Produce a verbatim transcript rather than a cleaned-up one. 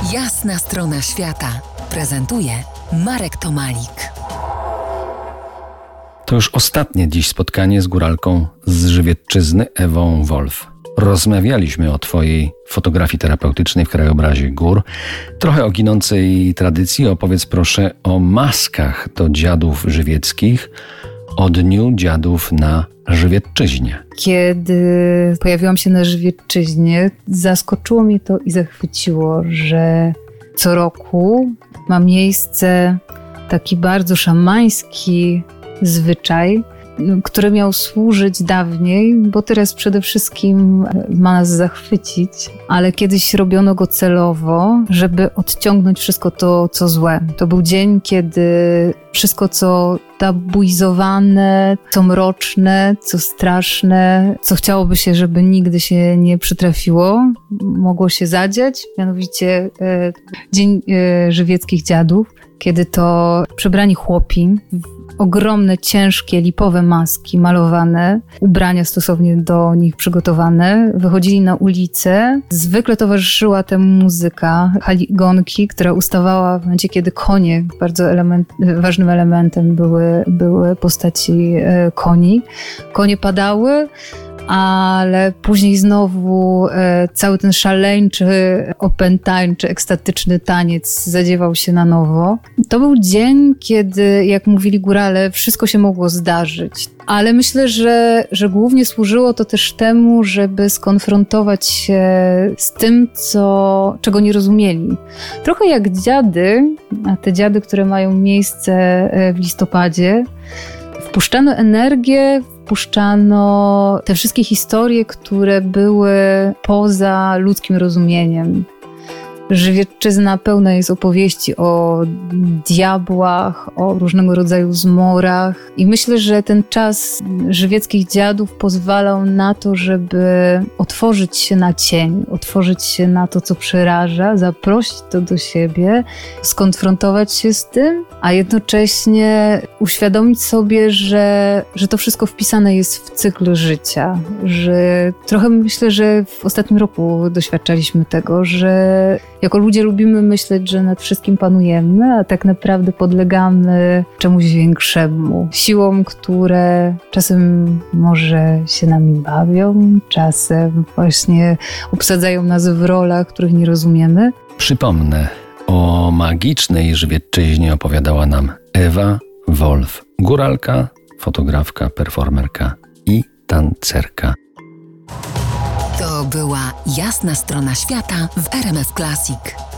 Jasna strona świata prezentuje Marek Tomalik. To już ostatnie dziś spotkanie z góralką z Żywiecczyzny, Ewą Wolf. Rozmawialiśmy o twojej fotografii terapeutycznej w krajobrazie gór, trochę o ginącej tradycji. Opowiedz proszę o maskach do dziadów żywieckich, o Dniu Dziadów na Żywiecczyźnie. Kiedy pojawiłam się na Żywiecczyźnie, zaskoczyło mnie to i zachwyciło, że co roku ma miejsce taki bardzo szamański zwyczaj, który miał służyć dawniej, bo teraz przede wszystkim ma nas zachwycić, ale kiedyś robiono go celowo, żeby odciągnąć wszystko to, co złe. To był dzień, kiedy wszystko, co tabuizowane, co mroczne, co straszne, co chciałoby się, żeby nigdy się nie przytrafiło, mogło się zadziać. Mianowicie e, Dzień e, Żywieckich Dziadów, kiedy to przebrani chłopi, ogromne, ciężkie, lipowe maski malowane, ubrania stosownie do nich przygotowane, wychodzili na ulicę. Zwykle towarzyszyła temu muzyka, haligonki, która ustawała w momencie, kiedy konie, bardzo element, ważnym elementem były, były postaci e, koni. Konie padały, ale później znowu e, cały ten szaleńczy, opętańczy, ekstatyczny taniec zadziewał się na nowo. To był dzień, kiedy, jak mówili górale, wszystko się mogło zdarzyć. Ale myślę, że, że głównie służyło to też temu, żeby skonfrontować się z tym, co, czego nie rozumieli. Trochę jak dziady, a te dziady, które mają miejsce w listopadzie, wpuszczano energię, wpuszczano te wszystkie historie, które były poza ludzkim rozumieniem. Żywiecczyzna pełna jest opowieści o diabłach, o różnego rodzaju zmorach i myślę, że ten czas żywieckich dziadów pozwalał na to, żeby otworzyć się na cień, otworzyć się na to, co przeraża, zaprosić to do siebie, skonfrontować się z tym, a jednocześnie uświadomić sobie, że, że to wszystko wpisane jest w cykl życia, że trochę myślę, że w ostatnim roku doświadczaliśmy tego, że jako ludzie lubimy myśleć, że nad wszystkim panujemy, a tak naprawdę podlegamy czemuś większemu. Siłom, które czasem może się nami bawią, czasem właśnie obsadzają nas w rolach, których nie rozumiemy. Przypomnę, o magicznej Żywiecczyźnie opowiadała nam Ewa Wolf, góralka, fotografka, performerka i tancerka. To była Jasna strona świata w R M F Classic.